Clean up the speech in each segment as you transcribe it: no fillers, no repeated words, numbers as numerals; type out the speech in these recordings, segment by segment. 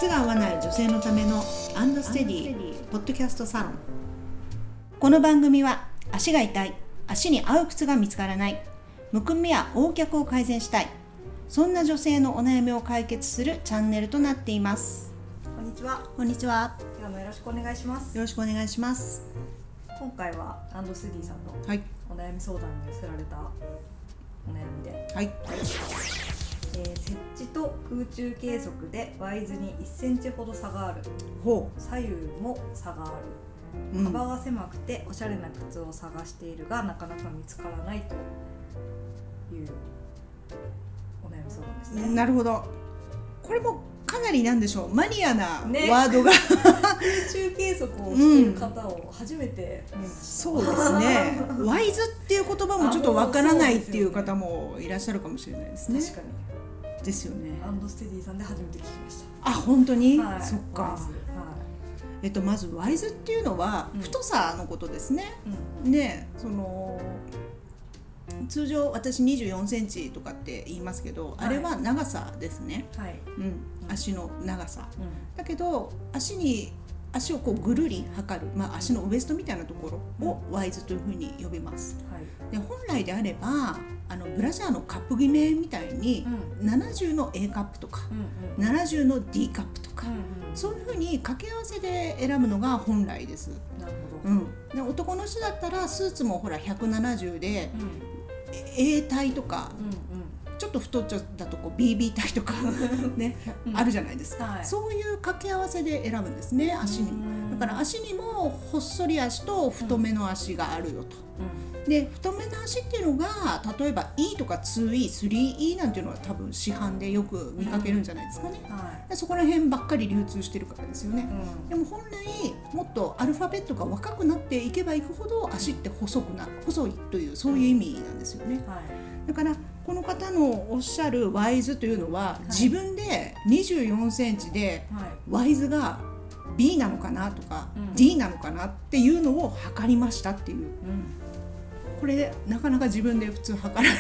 靴が合わない女性のためのアンドステディポッドキャストサロン。この番組は足が痛い、足に合う靴が見つからない、むくみや横脚を改善したい、そんな女性のお悩みを解決するチャンネルとなっています。 こんにちは。 こんにちは。 今日もよろしくお願いします。 よろしくお願いします。 今回はアンドスティさんのお悩み相談に寄せられたお悩みで、 はい、 設置と空中計測でワイズに1センチほど差がある。左右も差がある。幅が狭くておしゃれな靴を探しているがなかなか見つからないというお悩み相談ですね。 なるほど。これもかなりなんでしょう、マニアなワードが、 空中計測をしている方を初めて見ました。 そうですね。ワイズっていう言葉もちょっとわからないっていう方もいらっしゃるかもしれないですね。 確かにですよね。 アンドステディさんで初めて聞きました。 あ、本当に、 はい、 そっか。まずワイズっていうのは太さのことですね。で、通常私24センチとかって言いますけど、あれは長さですね。足の長さ。だけど足をこうぐるり測る、足のウエストみたいなところをワイズというふうに呼びます。で、本来であればブラジャーのカップ決めみたいに、70の A カップとか、70の D カップとか、そういうふうに掛け合わせで選ぶのが本来です。 なるほど。 で、男の人だったらスーツもほら170で、A 体とか、ちょっと太っちゃったとこ BB 体とかね、あるじゃないですか。そういう掛け合わせで選ぶんですね、足にも。だから足にも細っそり足と太めの足があるよと。で、太めの足っていうのが例えば E とか 2E、3E なんていうのは多分市販でよく見かけるんじゃないですかね。で、そこら辺ばっかり流通してるからですよね。でも本来もっとアルファベットが若くなっていけばいくほど足って細いという、そういう意味なんですよね。だからこの方のおっしゃるワイズというのは、自分で24センチでワイズが B なのかなとか、D なのかなっていうのを測りましたっていう、これなかなか自分で普通測ら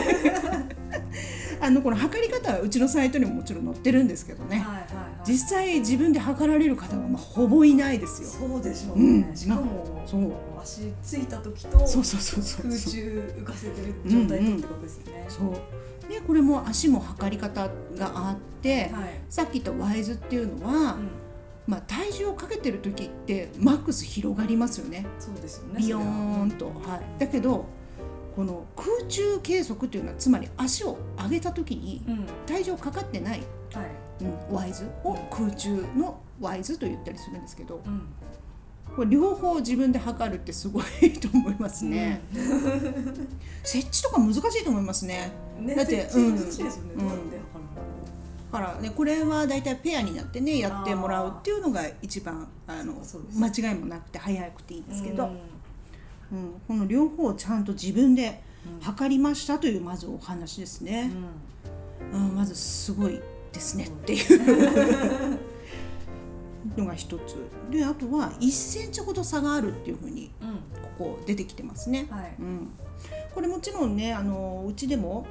ないこの測り方はうちのサイトにももちろん載ってるんですけどね、実際自分で測られる方はほぼいないですよ。 そうでしょうね。しかも足ついた時と空中浮かせてる状態ってことですよね。 そうで、これも足も測り方があって、さっき言ったワイズっていうのは、体重をかけてる時ってマックス広がりますよね。 そうですよね。 ビヨーンと。だけどこの空中計測っていうのは、つまり足を上げた時に体重かかってない、ワイズを空中のワイズと言ったりするんですけど、これ両方自分で測るってすごいと思いますね。設置とか難しいと思いますね。だって設置難しいですよね。 だからね、これはだいたいペアになってね、やってもらうっていうのが一番間違いもなくて早くていいんですけど、この両方をちゃんと自分で測りましたというまずお話ですね。まずすごいですねっていうのが一つで、あとは1センチほど差があるっていうふうにここ出てきてますね。これもちろんね、うちでも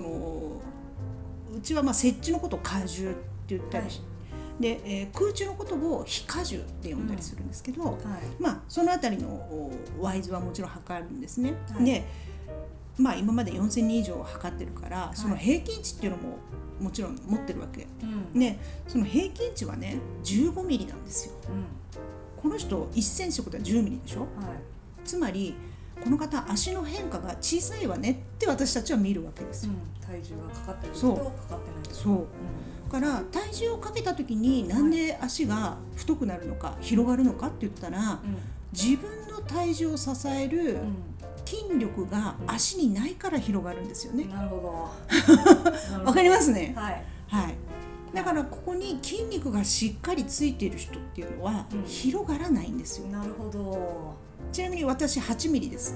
うちは設置のことを荷重って言ったりして、で、空中のことを非荷重って呼んだりするんですけど、そのあたりのワイズはもちろん測るんですね。で、今まで4000人以上測ってるから、その平均値っていうのももちろん持ってるわけ、で、その平均値はね15ミリなんですよ。この人1センチってことは10ミリでしょ。つまりこの方、足の変化が小さいわねって私たちは見るわけですよ。 体重がかかってる人とかかってない人。だから体重をかけた時になんで足が太くなるのか、広がるのかって言ったら、自分の体重を支える筋力が足にないから広がるんですよね。 なるほど。 わかりますね。だからここに筋肉がしっかりついている人っていうのは広がらないんですよ。 なるほど。 ちなみに私8ミリです。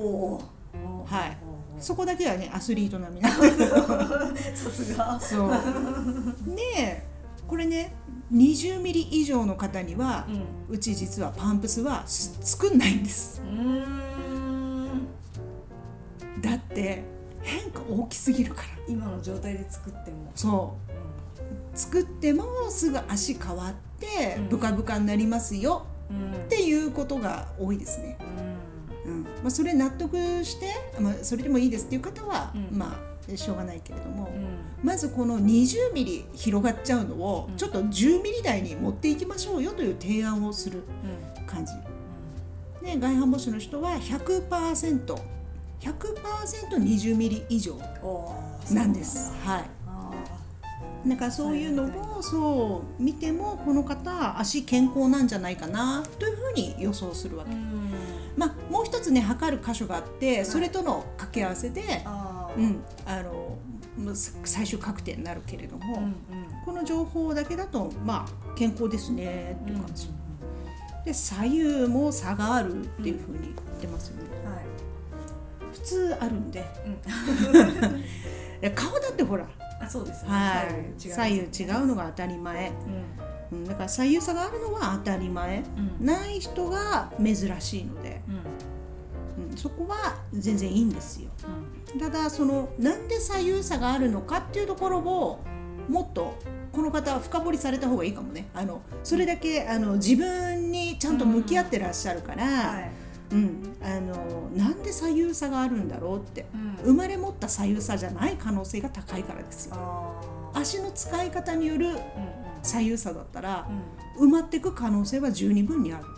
そこだけはねアスリート並みなんですけどさすが。 そうで、これね20ミリ以上の方には、うち実はパンプスは作んないんです。だって変化大きすぎるから。 今の状態で作ってもそう、作ってもすぐ足変わってブカブカになりますよっていうことが多いですね。それ納得して、それでもいいですっていう方は、しょうがないけれども、まずこの20ミリ広がっちゃうのをちょっと10ミリ台に持っていきましょうよという提案をする感じ、で外反母趾の人は 100%20 ミリ以上なんです。はい。だからそういうのをそう見てもこの方足健康なんじゃないかなというふうに予想するわけ。もう一つね測る箇所があってそれとの掛け合わせで、最終確定になるけれども、この情報だけだと健康ですねっていう感じ、で左右も差があるっていうふうに言ってますよね。普通あるんで、顔だってほらそうですね、 左右違うのが当たり前、だから左右差があるのは当たり前、ない人が珍しいので、そこは全然いいんですよ。ただなんで左右差があるのかっていうところをもっとこの方は深掘りされた方がいいかもね。それだけ自分にちゃんと向き合ってらっしゃるから、なんで左右差があるんだろうって、生まれ持った左右差じゃない可能性が高いからですよ。足の使い方による左右差だったら、埋まっていく可能性は十二分にある。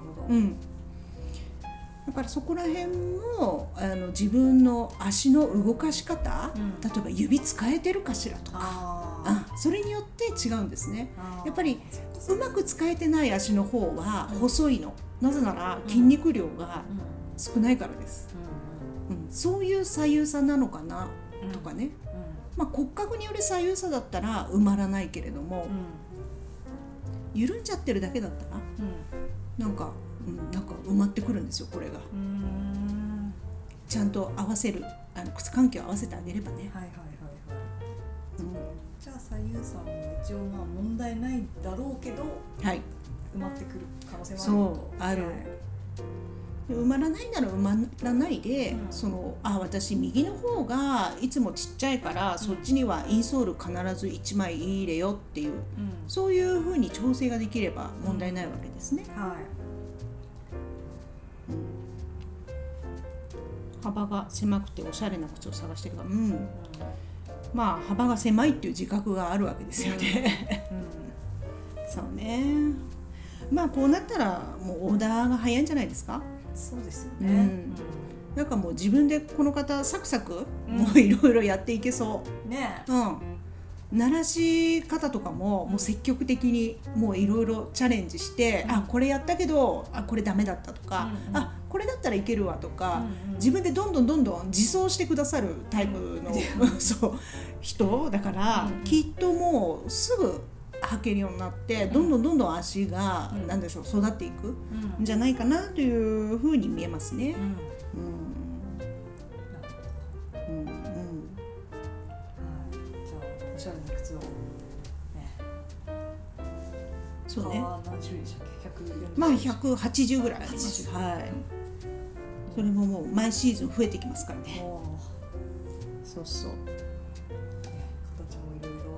だからそこら辺も自分の足の動かし方、例えば指使えてるかしらとか、それによって違うんですね。やっぱりうまく使えてない足の方は細いの、なぜなら筋肉量が少ないからです。そういう左右差なのかなとかね、骨格による左右差だったら埋まらないけれども、緩んじゃってるだけだったら、なんか埋まってくるんですよ。これがちゃんと合わせる靴関係を合わせてあげればね。 じゃあ左右差も一応問題ないだろうけど、埋まってくる可能性もあると。 埋まらないなら埋まらないで、私右の方がいつもちっちゃいから、そっちにはインソール必ず1枚入れよっていう、そういう風に調整ができれば問題ないわけですね。幅が狭くておしゃれな靴を探してるから、幅が狭いっていう自覚があるわけですよね。そうね。こうなったらもうオーダーが早いんじゃないですか。 そうですよね。 なんかもう自分でこの方サクサクもういろいろやっていけそうね。鳴らし方とかももう積極的にもういろいろチャレンジして、これやったけどこれダメだったとか、これだったらいけるわとか、自分でどんどん自走してくださるタイプのそう人だから、きっともうすぐ履けるようになって、どんどん足がなんでしょう育っていくんじゃないかなというふうに見えますね。 おしゃれな靴をね。 そうね。 何種類でしたっけ？180ぐらいあります。それももう毎シーズン増えてきますからね。そうそう。 形もいろいろ。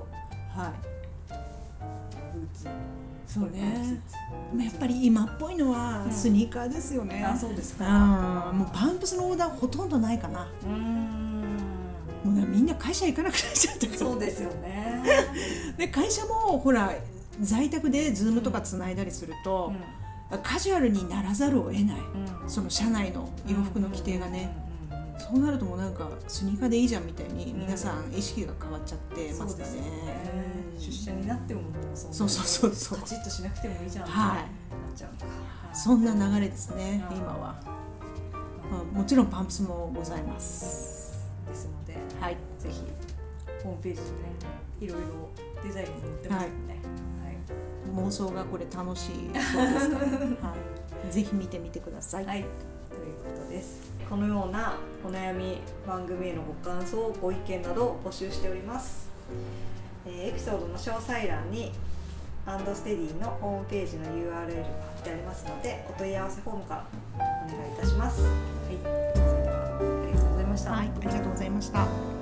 ブーツ。 そうね。やっぱり今っぽいのはスニーカーですよね。 そうですか。 もうパンプスのオーダーほとんどないかな。もうみんな会社行かなくなっちゃったから。 そうですよね。 で会社もほら在宅でズームとかつないだりすると、カジュアルにならざるを得ない、その社内の洋服の規定がね、そうなるともうなんかスニーカーでいいじゃんみたいに皆さん意識が変わっちゃってますかね。 出社になってもそうカチッとしなくてもいいじゃんってなっちゃうのか。 そんな流れですね今は。もちろんパンプスもございますですので、ぜひホームページでねいろいろデザインに載ってますよね。 妄想がこれ楽しいそうですから、ぜひ見てみてください。 ということです。このようなお悩み番組へのご感想ご意見などを募集しております。エピソードの詳細欄にアンドステディのホームページの URL が貼ってありますので、お問い合わせフォームからお願いいたします。それではありがとうございました。 した。 はい、ありがとうございました。